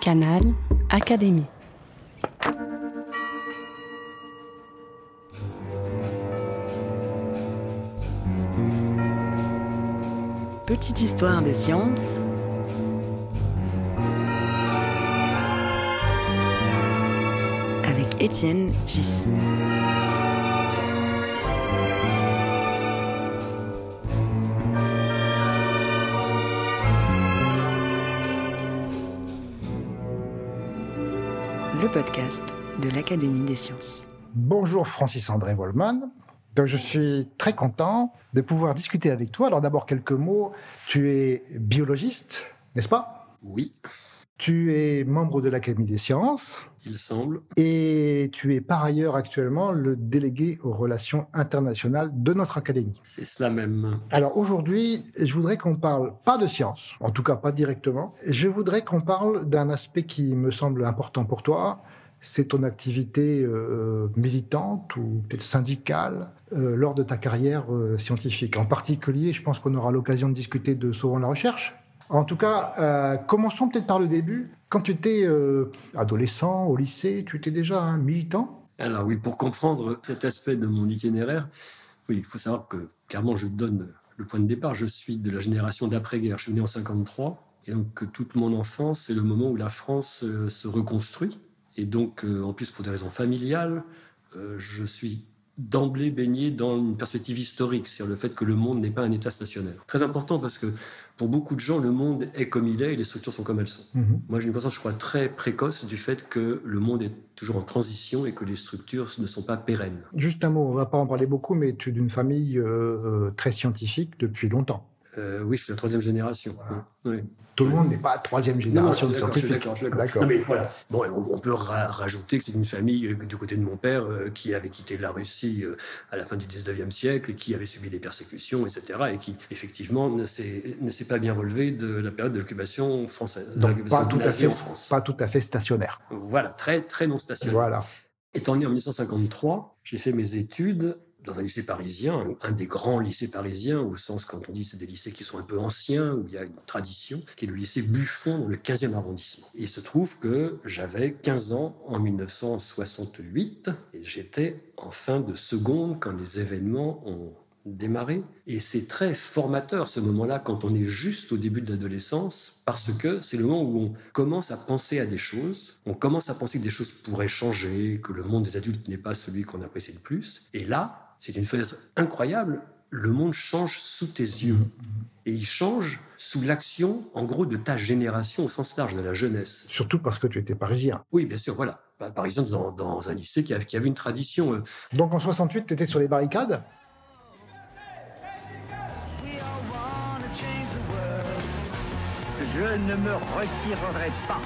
Canal Académie. Petite histoire de science avec Étienne Gis. Le podcast de l'Académie des sciences. Bonjour Francis-André Wollmann. Donc je suis très content de pouvoir discuter avec toi. Alors d'abord quelques mots. Tu es biologiste, n'est-ce pas ? Oui. Tu es membre de l'Académie des sciences. Il semble. Et tu es par ailleurs actuellement le délégué aux relations internationales de notre Académie. C'est cela même. Alors aujourd'hui, je voudrais qu'on parle pas de science, en tout cas pas directement. Je voudrais qu'on parle d'un aspect qui me semble important pour toi. C'est ton activité militante ou peut-être syndicale lors de ta carrière scientifique. En particulier, je pense qu'on aura l'occasion de discuter de Sauvons la recherche. En tout cas, commençons peut-être par le début. Quand tu étais adolescent, au lycée, tu étais déjà un militant ? Alors oui, pour comprendre cet aspect de mon itinéraire, oui, il faut savoir que clairement je donne le point de départ. Je suis de la génération d'après-guerre. Je suis né en 1953. Et donc toute mon enfance, c'est le moment où la France se reconstruit. Et donc, en plus, pour des raisons familiales, je suis d'emblée baigné dans une perspective historique, c'est-à-dire le fait que le monde n'est pas un État stationnaire. Très important parce que pour beaucoup de gens, le monde est comme il est et les structures sont comme elles sont. Moi, j'ai une conscience, je crois, très précoce du fait que le monde est toujours en transition et que les structures ne sont pas pérennes. Juste un mot, on ne va pas en parler beaucoup, mais tu es d'une famille très scientifique depuis longtemps. Oui, je suis la troisième génération. Voilà. Oui. Tout le monde n'est pas troisième génération de scientifique. Je suis d'accord. Non, mais voilà. Bon, on peut rajouter que c'est une famille du côté de mon père qui avait quitté la Russie à la fin du 19e siècle, et qui avait subi des persécutions, etc. et qui, effectivement, ne s'est pas bien relevé de la période de l'occupation française. Donc, pas tout à fait stationnaire. Voilà, très, très non stationnaire. Voilà. Étant né en 1953, j'ai fait mes études dans un lycée parisien, un des grands lycées parisiens, au sens, quand on dit c'est des lycées qui sont un peu anciens, où il y a une tradition, qui est le lycée Buffon dans le 15e arrondissement. Et il se trouve que j'avais 15 ans en 1968, et j'étais en fin de seconde quand les événements ont démarré. Et c'est très formateur ce moment-là, quand on est juste au début de l'adolescence, parce que c'est le moment où on commence à penser à des choses, on commence à penser que des choses pourraient changer, que le monde des adultes n'est pas celui qu'on apprécie le plus. Et là, c'est une fenêtre incroyable, le monde change sous tes yeux. Et il change sous l'action, en gros, de ta génération au sens large, de la jeunesse. Surtout parce que tu étais parisien. Oui, bien sûr, voilà. Parisien dans un lycée qui avait une tradition. Donc en 68, tu étais sur les barricades ? Je ne me retirerai pas.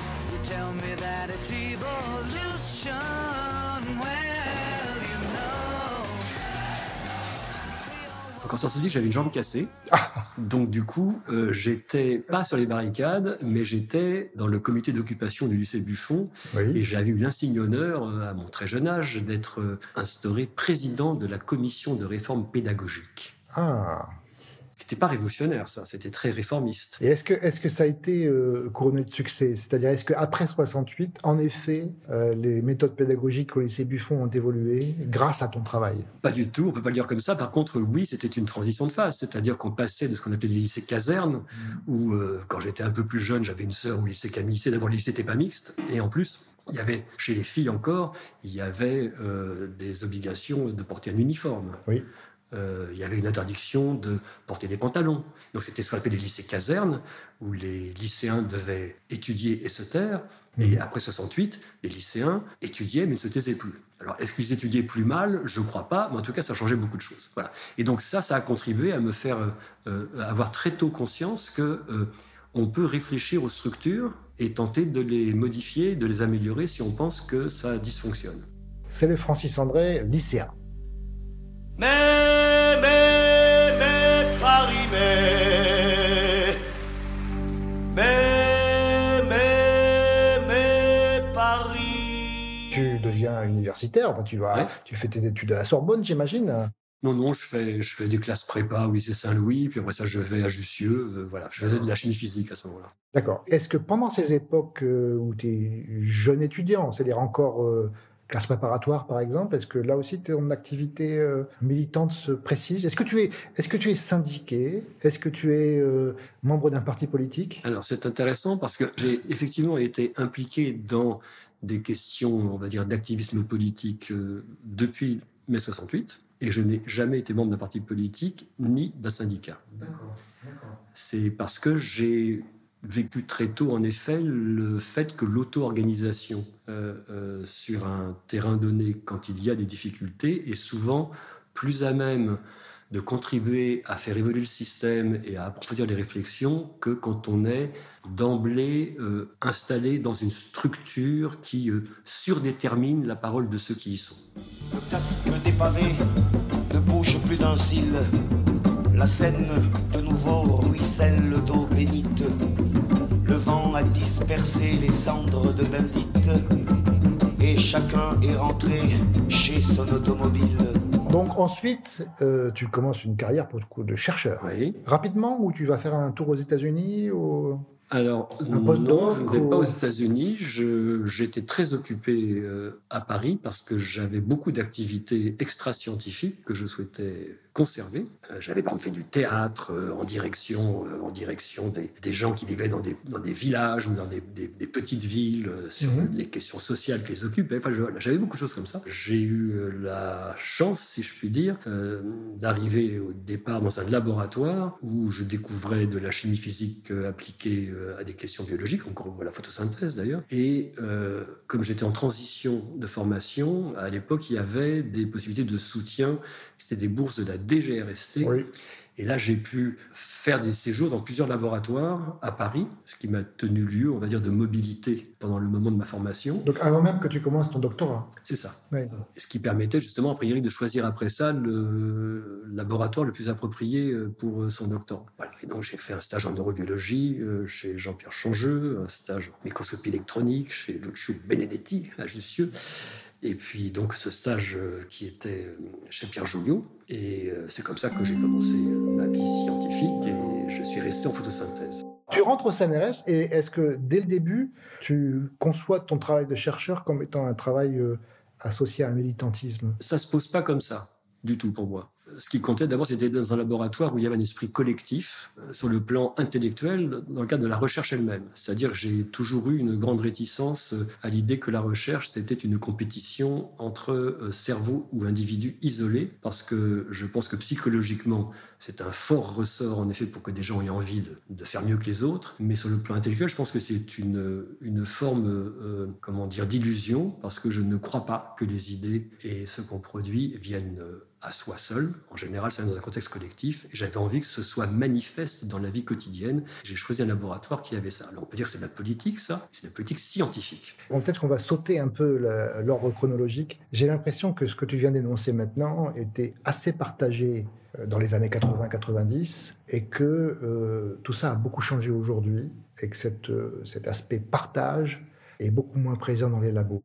Quand on s'est dit, j'avais une jambe cassée. Donc du coup, j'étais pas sur les barricades, mais j'étais dans le comité d'occupation du lycée Buffon. Oui. Et j'avais eu l'insigne honneur, à mon très jeune âge, d'être instauré président de la commission de réforme pédagogique. Ah. C'était pas révolutionnaire, ça. C'était très réformiste. Et est-ce que ça a été couronné de succès ? C'est-à-dire, est-ce qu'après 68, en effet, les méthodes pédagogiques au lycée Buffon ont évolué grâce à ton travail ? Pas du tout, on peut pas le dire comme ça. Par contre, oui, c'était une transition de phase. C'est-à-dire qu'on passait de ce qu'on appelait les lycées casernes, où, quand j'étais un peu plus jeune, j'avais une sœur au lycée Camille. D'abord, le lycée n'était pas mixte. Et en plus, il y avait, chez les filles encore, il y avait des obligations de porter un uniforme. Oui. Il y avait une interdiction de porter des pantalons. Donc c'était ce qu'on appelait les lycées casernes, où les lycéens devaient étudier et se taire. Et après 68, les lycéens étudiaient mais ne se taisaient plus. Alors est-ce qu'ils étudiaient plus mal ? Je ne crois pas, mais en tout cas ça changeait beaucoup de choses. Voilà. Et donc ça a contribué à me faire avoir très tôt conscience que on peut réfléchir aux structures et tenter de les modifier, de les améliorer si on pense que ça dysfonctionne. C'est le Francis-André lycéen. Mais, Paris, Paris. Tu deviens universitaire, enfin, tu fais tes études à la Sorbonne, j'imagine. Non, je fais des classes prépa au lycée Saint-Louis, puis après ça, je vais à Jussieu. Voilà, je faisais de la chimie physique à ce moment-là. D'accord. Est-ce que pendant ces époques où tu es jeune étudiant, c'est-à-dire encore classe préparatoire par exemple, est-ce que là aussi ton activité militante se précise? Est-ce que tu es syndiqué? Est-ce que tu es membre d'un parti politique? Alors, c'est intéressant parce que j'ai effectivement été impliqué dans des questions, on va dire, d'activisme politique depuis mai 68, et je n'ai jamais été membre d'un parti politique ni d'un syndicat. D'accord. C'est parce que j'ai vécu très tôt, en effet, le fait que l'auto-organisation sur un terrain donné, quand il y a des difficultés, est souvent plus à même de contribuer à faire évoluer le système et à approfondir les réflexions que quand on est d'emblée installé dans une structure qui surdétermine la parole de ceux qui y sont. Le casque des pavés ne bouge plus d'un cil. La Seine, de nouveau, ruisselle d'eau bénite. Le vent a dispersé les cendres de Bendite. Et chacun est rentré chez son automobile. Donc ensuite, tu commences une carrière pour le coup de chercheur. Oui. Rapidement, ou tu vas faire un tour aux États-Unis ou... Alors, Un postdoc non, je ne vais pas ou- aux États-Unis. J'étais très occupé à Paris parce que j'avais beaucoup d'activités extra-scientifiques que je souhaitais conserver. J'avais par exemple fait du théâtre en direction des gens qui vivaient dans des villages ou dans des petites villes sur les questions sociales qui les occupaient. Enfin, j'avais beaucoup de choses comme ça. J'ai eu la chance, si je puis dire, d'arriver au départ dans un laboratoire où je découvrais de la chimie physique appliquée à des questions biologiques, encore à la photosynthèse d'ailleurs. Et comme j'étais en transition de formation, à l'époque, il y avait des possibilités de soutien. C'était des bourses de la DGRST. Oui. Et là, j'ai pu faire des séjours dans plusieurs laboratoires à Paris, ce qui m'a tenu lieu, on va dire, de mobilité pendant le moment de ma formation. Donc avant même que tu commences ton doctorat. C'est ça. Oui. Et ce qui permettait justement, a priori, de choisir après ça le laboratoire le plus approprié pour son doctorat. Voilà. Et donc, j'ai fait un stage en neurobiologie chez Jean-Pierre Changeux, un stage en microscopie électronique chez Lucio Benedetti à Jussieu. Et puis donc ce stage qui était chez Pierre Joliot. Et c'est comme ça que j'ai commencé ma vie scientifique et je suis resté en photosynthèse. Tu rentres au CNRS et est-ce que dès le début, tu conçois ton travail de chercheur comme étant un travail associé à un militantisme? Ça ne se pose pas comme ça du tout pour moi. Ce qui comptait d'abord, c'était dans un laboratoire où il y avait un esprit collectif sur le plan intellectuel dans le cadre de la recherche elle-même. C'est-à-dire que j'ai toujours eu une grande réticence à l'idée que la recherche, c'était une compétition entre cerveaux ou individus isolés, parce que je pense que psychologiquement, c'est un fort ressort en effet pour que des gens aient envie de faire mieux que les autres. Mais sur le plan intellectuel, je pense que c'est une forme d'illusion, parce que je ne crois pas que les idées et ce qu'on produit viennent à soi seul. En général, ça vient dans un contexte collectif. Et j'avais envie que ce soit manifeste dans la vie quotidienne. J'ai choisi un laboratoire qui avait ça. Alors, on peut dire que c'est de la politique, ça. C'est de la politique scientifique. Bon, peut-être qu'on va sauter un peu l'ordre chronologique. J'ai l'impression que ce que tu viens d'énoncer maintenant était assez partagé dans les années 80-90 et que tout ça a beaucoup changé aujourd'hui et que cet aspect partage est beaucoup moins présent dans les labos.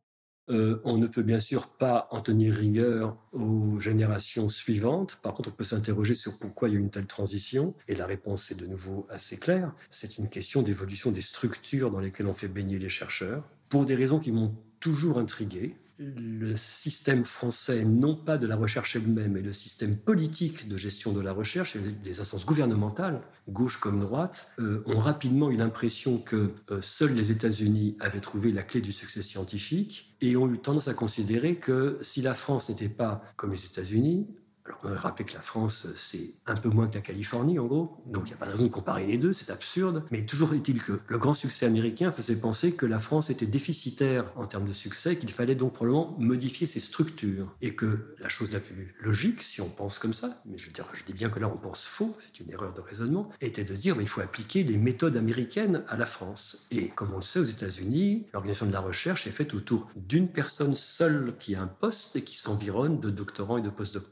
On ne peut bien sûr pas en tenir rigueur aux générations suivantes. Par contre, on peut s'interroger sur pourquoi il y a une telle transition. Et la réponse est de nouveau assez claire. C'est une question d'évolution des structures dans lesquelles on fait baigner les chercheurs. Pour des raisons qui m'ont toujours intrigué. Le système français, non pas de la recherche elle-même, mais le système politique de gestion de la recherche, les instances gouvernementales, gauche comme droite, ont rapidement eu l'impression que seuls les États-Unis avaient trouvé la clé du succès scientifique et ont eu tendance à considérer que si la France n'était pas comme les États-Unis, alors on va rappeler que la France, c'est un peu moins que la Californie, en gros. Donc, il n'y a pas de raison de comparer les deux, c'est absurde. Mais toujours est-il que le grand succès américain faisait penser que la France était déficitaire en termes de succès, qu'il fallait donc probablement modifier ses structures. Et que la chose la plus logique, si on pense comme ça, mais je dis bien que là, on pense faux, c'est une erreur de raisonnement, était de dire qu'il faut appliquer les méthodes américaines à la France. Et comme on le sait, aux États-Unis, l'organisation de la recherche est faite autour d'une personne seule qui a un poste et qui s'environne de doctorants et de postdoctorants. Nous,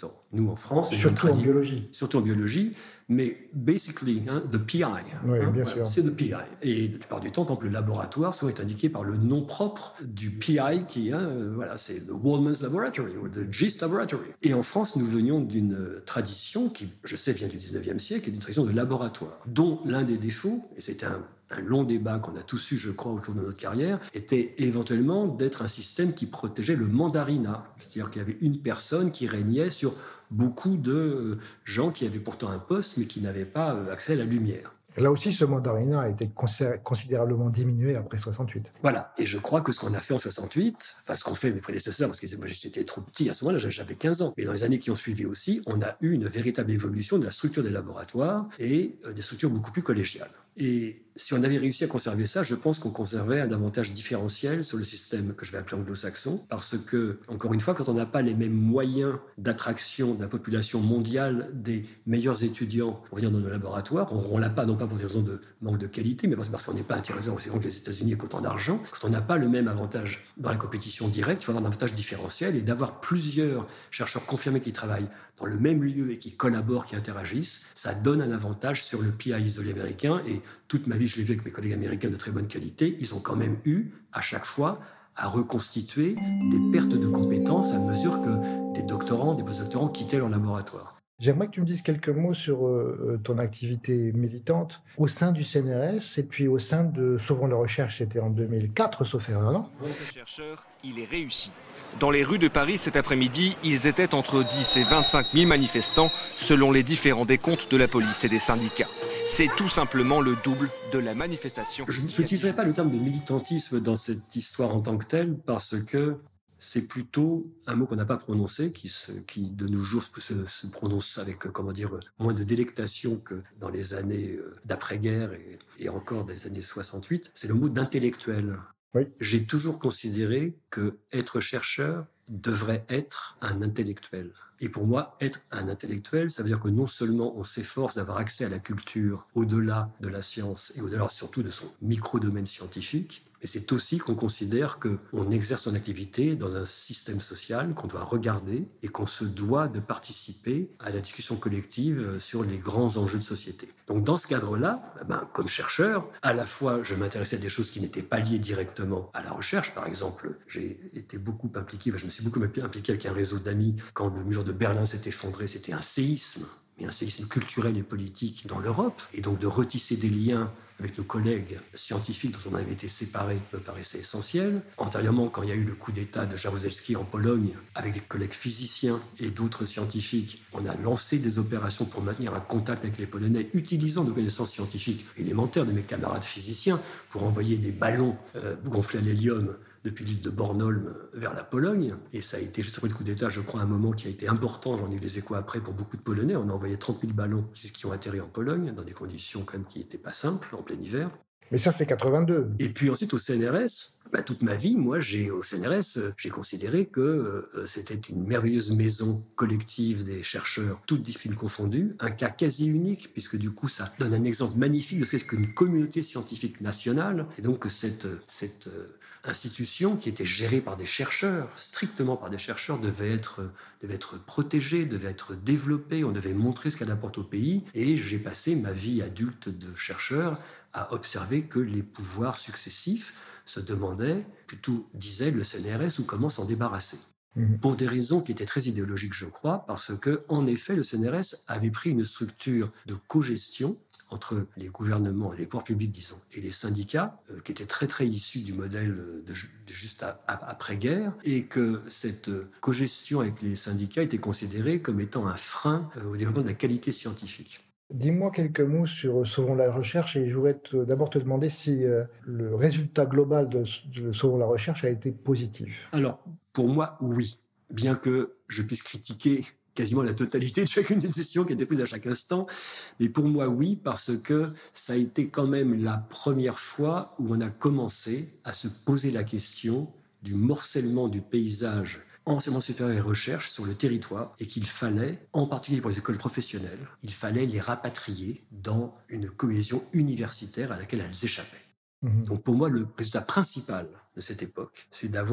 nous en France. Surtout en biologie. Surtout en biologie, mais basically, the PI. Oui, bien sûr. C'est le PI. Et la plupart du temps, quand le laboratoire souvent est indiqué par le nom propre du PI qui, c'est the Waldman's Laboratory ou the GIST Laboratory. Et en France, nous venions d'une tradition qui, je sais, vient du 19e siècle, et d'une tradition de laboratoire, dont l'un des défauts, et c'était un long débat qu'on a tous eu, je crois, au cours de notre carrière, était éventuellement d'être un système qui protégeait le mandarinat. C'est-à-dire qu'il y avait une personne qui régnait sur beaucoup de gens qui avaient pourtant un poste, mais qui n'avaient pas accès à la lumière. Là aussi, ce mandarinat a été considérablement diminué après 68. Voilà, et je crois que ce qu'on a fait en 68, enfin ce qu'ont fait mes prédécesseurs, parce que moi j'étais trop petit à ce moment-là, j'avais 15 ans, mais dans les années qui ont suivi aussi, on a eu une véritable évolution de la structure des laboratoires et des structures beaucoup plus collégiales. Et si on avait réussi à conserver ça, je pense qu'on conservait un avantage différentiel sur le système que je vais appeler anglo-saxon, parce que, encore une fois, quand on n'a pas les mêmes moyens d'attraction de la population mondiale des meilleurs étudiants pour venir dans nos laboratoires, on ne l'a pas, non pas pour des raisons de manque de qualité, mais parce qu'on n'est pas un territoire aussi grand que les États-Unis avec autant d'argent. Quand on n'a pas le même avantage dans la compétition directe, il faut avoir un avantage différentiel, et d'avoir plusieurs chercheurs confirmés qui travaillent dans le même lieu et qui collaborent, qui interagissent, ça donne un avantage sur le PI isolé américain. Et toute ma vie, je l'ai vu avec mes collègues américains de très bonne qualité, ils ont quand même eu, à chaque fois, à reconstituer des pertes de compétences à mesure que des doctorants, des postdoctorants quittaient leur laboratoire. J'aimerais que tu me dises quelques mots sur ton activité militante au sein du CNRS et puis au sein de Sauvons la Recherche, c'était en 2004, sauf erreur, non ? Chercheur, il est réussi. Dans les rues de Paris cet après-midi, ils étaient entre 10 et 25 000 manifestants, selon les différents décomptes de la police et des syndicats. C'est tout simplement le double de la manifestation. Je n'utiliserai pas le terme de militantisme dans cette histoire en tant que telle, parce que c'est plutôt un mot qu'on n'a pas prononcé, qui de nos jours se prononce avec, moins de délectation que dans les années d'après-guerre et encore des années 68. C'est le mot d'intellectuel. Oui. J'ai toujours considéré que être chercheur devrait être un intellectuel. Et pour moi, être un intellectuel, ça veut dire que non seulement on s'efforce d'avoir accès à la culture au-delà de la science et au-delà surtout de son micro-domaine scientifique, mais c'est aussi qu'on considère qu'on exerce son activité dans un système social qu'on doit regarder et qu'on se doit de participer à la discussion collective sur les grands enjeux de société. Donc dans ce cadre-là, comme chercheur, à la fois je m'intéressais à des choses qui n'étaient pas liées directement à la recherche. Par exemple, j'ai été beaucoup impliqué, je me suis beaucoup impliqué avec un réseau d'amis quand le mur de Berlin s'est effondré, c'était un séisme. Et un séisme culturel et politique dans l'Europe, et donc de retisser des liens avec nos collègues scientifiques dont on avait été séparés me paraissait essentiel. Antérieurement, quand il y a eu le coup d'État de Jaruzelski en Pologne, avec des collègues physiciens et d'autres scientifiques, on a lancé des opérations pour maintenir un contact avec les Polonais, utilisant nos connaissances scientifiques élémentaires de mes camarades physiciens pour envoyer des ballons gonflés à l'hélium depuis l'île de Bornholm vers la Pologne. Et ça a été, juste après le coup d'État, je crois, un moment qui a été important. J'en ai eu les échos après pour beaucoup de Polonais. On a envoyé 30 000 ballons qui ont atterri en Pologne, dans des conditions quand même qui n'étaient pas simples, en plein hiver. Mais ça, c'est 82. Et puis ensuite, au CNRS, toute ma vie, moi, au CNRS, j'ai considéré que c'était une merveilleuse maison collective des chercheurs, toutes disciplines confondues, un cas quasi unique, puisque du coup, ça donne un exemple magnifique de ce qu'une communauté scientifique nationale, et donc que cette institution qui était gérée par des chercheurs, strictement par des chercheurs, devait être protégée, devait être développée, on devait montrer ce qu'elle apporte au pays. Et j'ai passé ma vie adulte de chercheur à observer que les pouvoirs successifs se demandaient, plutôt disaient le CNRS, ou comment s'en débarrasser. Pour des raisons qui étaient très idéologiques, je crois, parce que, en effet, le CNRS avait pris une structure de cogestion entre les gouvernements, les pouvoirs publics, disons, et les syndicats, qui étaient très, très issus du modèle de juste après-guerre, et que cette cogestion avec les syndicats était considérée comme étant un frein au développement de la qualité scientifique. Dis-moi quelques mots sur Sauvons la Recherche, et je voudrais d'abord te demander si le résultat global de Sauvons la Recherche a été positif. Alors, pour moi, oui. Bien que je puisse critiquer quasiment la totalité de chacune des décisions qui étaient prises à chaque instant. Mais pour moi, oui, parce que ça a été quand même la première fois où on a commencé à se poser la question du morcellement du paysage enseignement supérieur et recherche sur le territoire, et qu'il fallait, en particulier pour les écoles professionnelles, il fallait les rapatrier dans une cohésion universitaire à laquelle elles échappaient. Donc pour moi, le résultat principal de cette époque, c'est d'avoir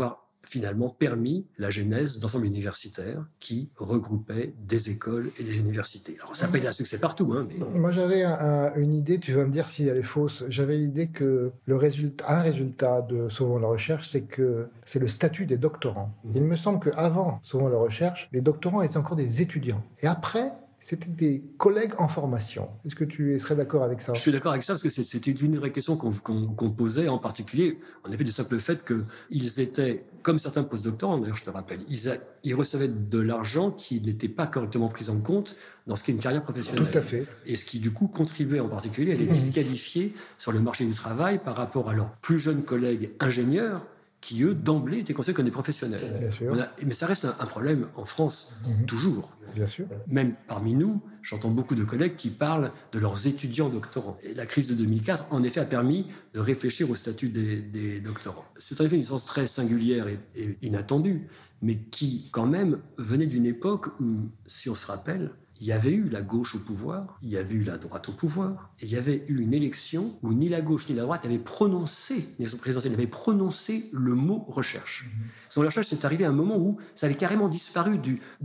finalement permis la genèse d'ensembles universitaires qui regroupaient des écoles et des universités. Alors ça n'a pas été un succès partout, mais... Moi j'avais une idée, tu vas me dire si elle est fausse, j'avais l'idée que un résultat de Sauvons la recherche, c'est que c'est le statut des doctorants. Il me semble qu'avant Sauvons la recherche, les doctorants étaient encore des étudiants. Et après, c'était des collègues en formation. Est-ce que tu serais d'accord avec ça ? Je suis d'accord avec ça, parce que c'était une vraie question qu'on posait, en particulier, en effet, du simple fait qu'ils étaient, comme certains postdoctorants, d'ailleurs, je te rappelle, ils recevaient de l'argent qui n'était pas correctement pris en compte dans ce qui est une carrière professionnelle. Tout à fait. Et ce qui, du coup, contribuait en particulier à les disqualifier sur le marché du travail par rapport à leurs plus jeunes collègues ingénieurs, qui, eux, d'emblée, étaient considérés comme des professionnels. Bien sûr. Mais ça reste un problème en France, toujours. Bien sûr. Même parmi nous, j'entends beaucoup de collègues qui parlent de leurs étudiants doctorants. Et la crise de 2004, en effet, a permis de réfléchir au statut des doctorants. C'est en effet une licence très singulière et inattendue, mais qui, quand même, venait d'une époque où, si on se rappelle, il y avait eu la gauche au pouvoir, il y avait eu la droite au pouvoir, et il y avait eu une élection où ni la gauche ni la droite n'avaient prononcé, l'élection présidentielle n'avaient prononcé le mot recherche. Sans la recherche, c'est arrivé à un moment où ça avait carrément disparu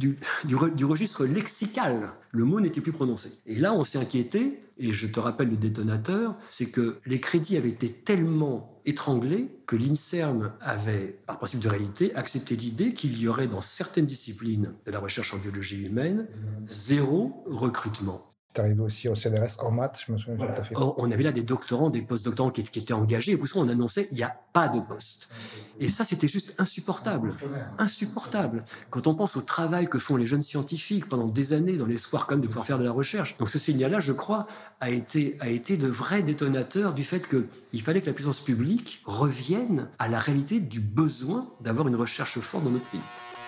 du registre lexical. Le mot n'était plus prononcé. Et là, on s'est inquiété, et je te rappelle le détonateur, c'est que les crédits avaient été tellement étranglés que l'INSERM avait, par principe de réalité, accepté l'idée qu'il y aurait dans certaines disciplines de la recherche en biologie humaine 0 recrutement. C'est arrivé aussi au CNRS en maths, je me souviens tout à fait. Or, on avait là des doctorants, des post-doctorants qui étaient engagés, et pour ça, on annonçait il n'y a pas de poste. Et ça, c'était juste insupportable. Insupportable. Quand on pense au travail que font les jeunes scientifiques pendant des années, dans l'espoir quand même de pouvoir faire de la recherche. Donc ce signal-là, je crois, a été de vrais détonateurs du fait qu'il fallait que la puissance publique revienne à la réalité du besoin d'avoir une recherche forte dans notre pays.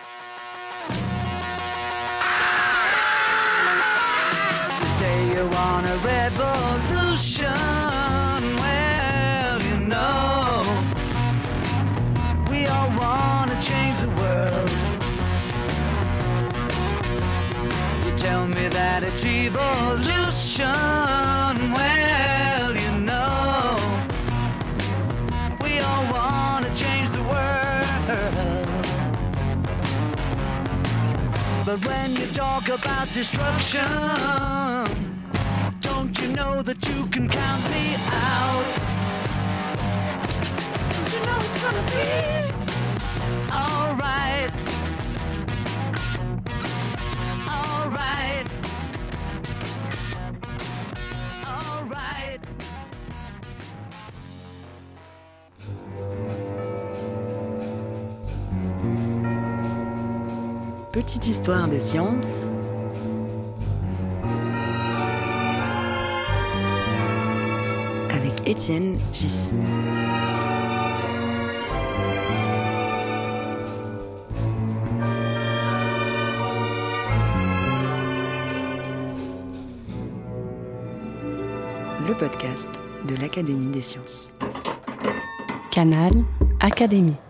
Say you want a revolution, well, you know, we all want to change the world. You tell me that it's evolution, well, you know, we all want to change the world. But when you talk about destruction, don't you know that you can count me out? Don't you know it's gonna be alright? Alright. Alright. Petite histoire de science avec Étienne Gis. Le podcast de l'Académie des sciences. Canal Académie.